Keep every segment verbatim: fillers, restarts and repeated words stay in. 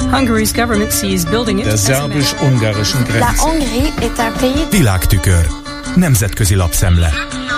Hungary's government sees building it. Der szerbus-ungarischen Grenze. La Hongrie est un pays. Világtükör. Nemzetközi lapszemle.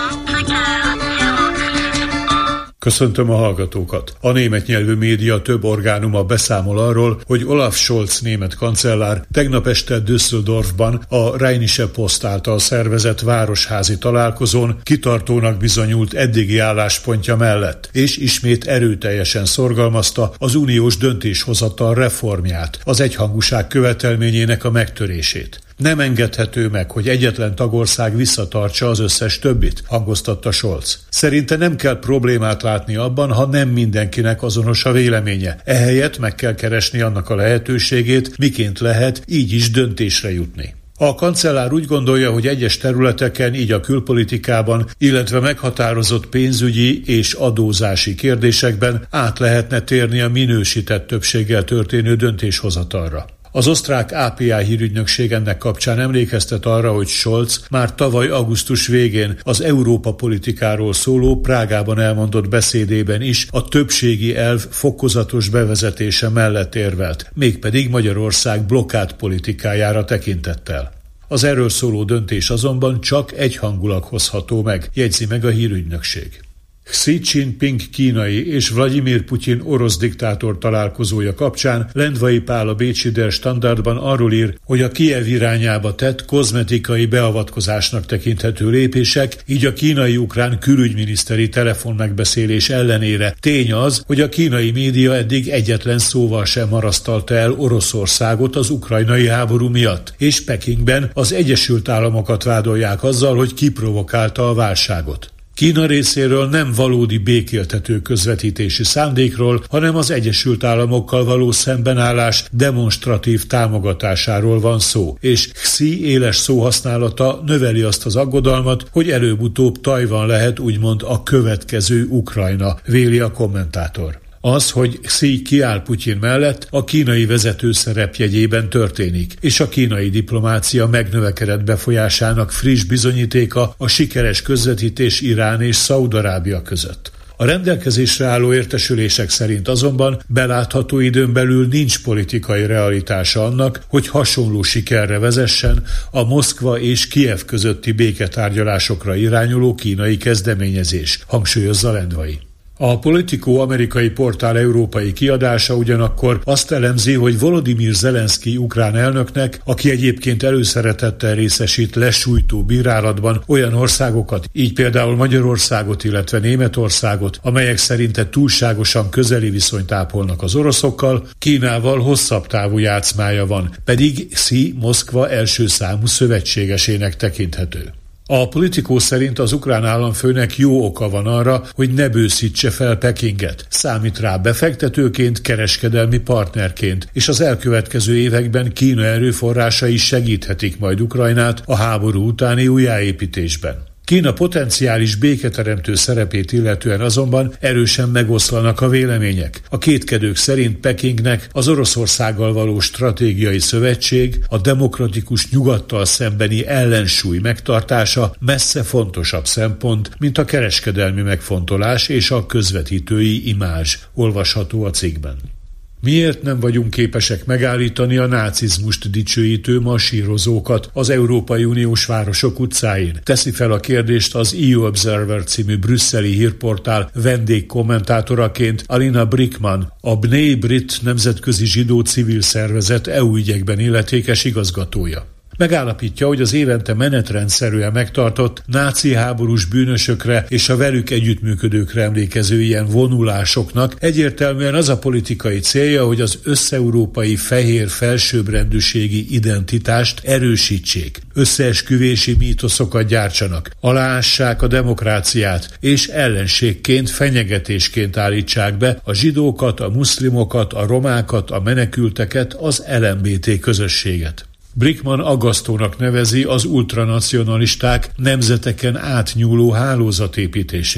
Köszöntöm a hallgatókat! A német nyelvű média több orgánuma beszámol arról, hogy Olaf Scholz német kancellár tegnap este Düsseldorfban a Rheinische Post által szervezett városházi találkozón kitartónak bizonyult eddigi álláspontja mellett, és ismét erőteljesen szorgalmazta az uniós döntéshozatal reformját, az egyhangúság követelményének a megtörését. Nem engedhető meg, hogy egyetlen tagország visszatartsa az összes többit, hangoztatta Scholz. Szerinte nem kell problémát látni abban, ha nem mindenkinek azonos a véleménye. Ehelyett meg kell keresni annak a lehetőségét, miként lehet így is döntésre jutni. A kancellár úgy gondolja, hogy egyes területeken, így a külpolitikában, illetve meghatározott pénzügyi és adózási kérdésekben át lehetne térni a minősített többséggel történő döntéshozatalra. Az osztrák á pé i hírügynökség ennek kapcsán emlékeztet arra, hogy Scholz már tavaly augusztus végén az Európa politikáról szóló Prágában elmondott beszédében is a többségi elv fokozatos bevezetése mellett érvelt, mégpedig Magyarország blokkád politikájára tekintettel. Az erről szóló döntés azonban csak egyhangulag hozható meg, jegyzi meg a hírügynökség. Xi Jinping kínai és Vladimir Putyin orosz diktátor találkozója kapcsán Lendvai Pál a bécsi Der Standardban arról ír, hogy a Kijev irányába tett kozmetikai beavatkozásnak tekinthető lépések, így a kínai-ukrán külügyminiszteri telefonmegbeszélés ellenére tény az, hogy a kínai média eddig egyetlen szóval sem marasztalta el Oroszországot az ukrajnai háború miatt, és Pekingben az Egyesült Államokat vádolják azzal, hogy kiprovokálta a válságot. Kína részéről nem valódi békéltető közvetítési szándékról, hanem az Egyesült Államokkal való szembenállás demonstratív támogatásáról van szó, és Xi éles szóhasználata növeli azt az aggodalmat, hogy előbb-utóbb Tajvan lehet úgymond a következő Ukrajna, véli a kommentátor. Az, hogy Xi kiáll Putyin mellett, a kínai vezető szerepjegyében történik, és a kínai diplomácia megnövekedett befolyásának friss bizonyítéka a sikeres közvetítés Irán és Szaúd-Arábia között. A rendelkezésre álló értesülések szerint azonban belátható időn belül nincs politikai realitása annak, hogy hasonló sikerre vezessen a Moszkva és Kijev közötti béketárgyalásokra irányuló kínai kezdeményezés, hangsúlyozza Lendvai. A Politico amerikai portál európai kiadása ugyanakkor azt elemzi, hogy Volodymyr Zelenszky ukrán elnöknek, aki egyébként előszeretettel részesít lesújtó bírálatban olyan országokat, így például Magyarországot, illetve Németországot, amelyek szerinte túlságosan közeli viszonyt ápolnak az oroszokkal, Kínával hosszabb távú játszmája van, pedig Xi Moszkva első számú szövetségesének tekinthető. A Politico szerint az ukrán államfőnek jó oka van arra, hogy ne bőszítse fel Pekinget. Számít rá befektetőként, kereskedelmi partnerként, és az elkövetkező években Kína erőforrásai segíthetik majd Ukrajnát a háború utáni újjáépítésben. Kína potenciális béketeremtő szerepét illetően azonban erősen megoszlanak a vélemények. A kétkedők szerint Pekingnek az Oroszországgal való stratégiai szövetség, a demokratikus nyugattal szembeni ellensúly megtartása messze fontosabb szempont, mint a kereskedelmi megfontolás és a közvetítői imázs, olvasható a cikkben. Miért nem vagyunk képesek megállítani a nácizmust dicsőítő masírozókat az Európai Uniós városok utcáin? Teszi fel a kérdést az é u Observer című brüsszeli hírportál vendégkommentátoraként Alina Brickman, a Bnei Brit nemzetközi zsidó civil szervezet é u ügyekben illetékes igazgatója. Megállapítja, hogy az évente menetrendszerűen megtartott náci háborús bűnösökre és a velük együttműködőkre emlékező ilyen vonulásoknak egyértelműen az a politikai célja, hogy az összeurópai fehér felsőbbrendűségi identitást erősítsék, összeesküvési mítoszokat gyártsanak, aláássák a demokráciát, és ellenségként, fenyegetésként állítsák be a zsidókat, a muszlimokat, a romákat, a menekülteket, az el em bé té közösséget. Brickman aggasztónak nevezi az ultranacionalisták nemzeteken átnyúló hálózatépítését.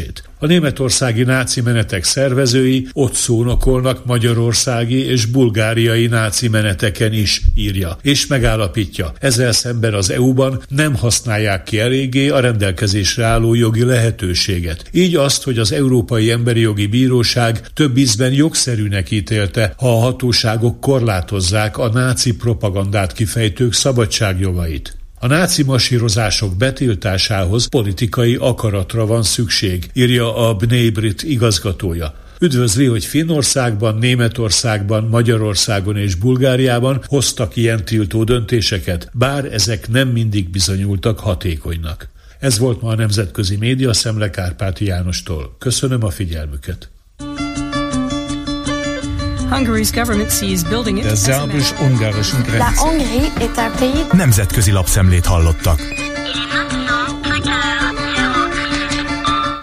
A németországi náci menetek szervezői ott szónokolnak magyarországi és bulgáriai náci meneteken is, írja, és megállapítja. Ezzel szemben az é u-ban nem használják ki eléggé a rendelkezésre álló jogi lehetőséget. Így azt, hogy az Európai Emberi Jogi Bíróság több ízben jogszerűnek ítélte, ha a hatóságok korlátozzák a náci propagandát kifejtők szabadságjogait. A náci masírozások betiltásához politikai akaratra van szükség, írja a Bnei Brit igazgatója. Üdvözli, hogy Finnországban, Németországban, Magyarországon és Bulgáriában hoztak ilyen tiltó döntéseket, bár ezek nem mindig bizonyultak hatékonynak. Ez volt ma a Nemzetközi Média Szemle Kárpáti Jánostól. Köszönöm a figyelmüket. Hungary's government sees building it Der as a szerbus-ungarischen La Grenze. Hongrie est un pays Nemzetközi lapszemlét hallottak.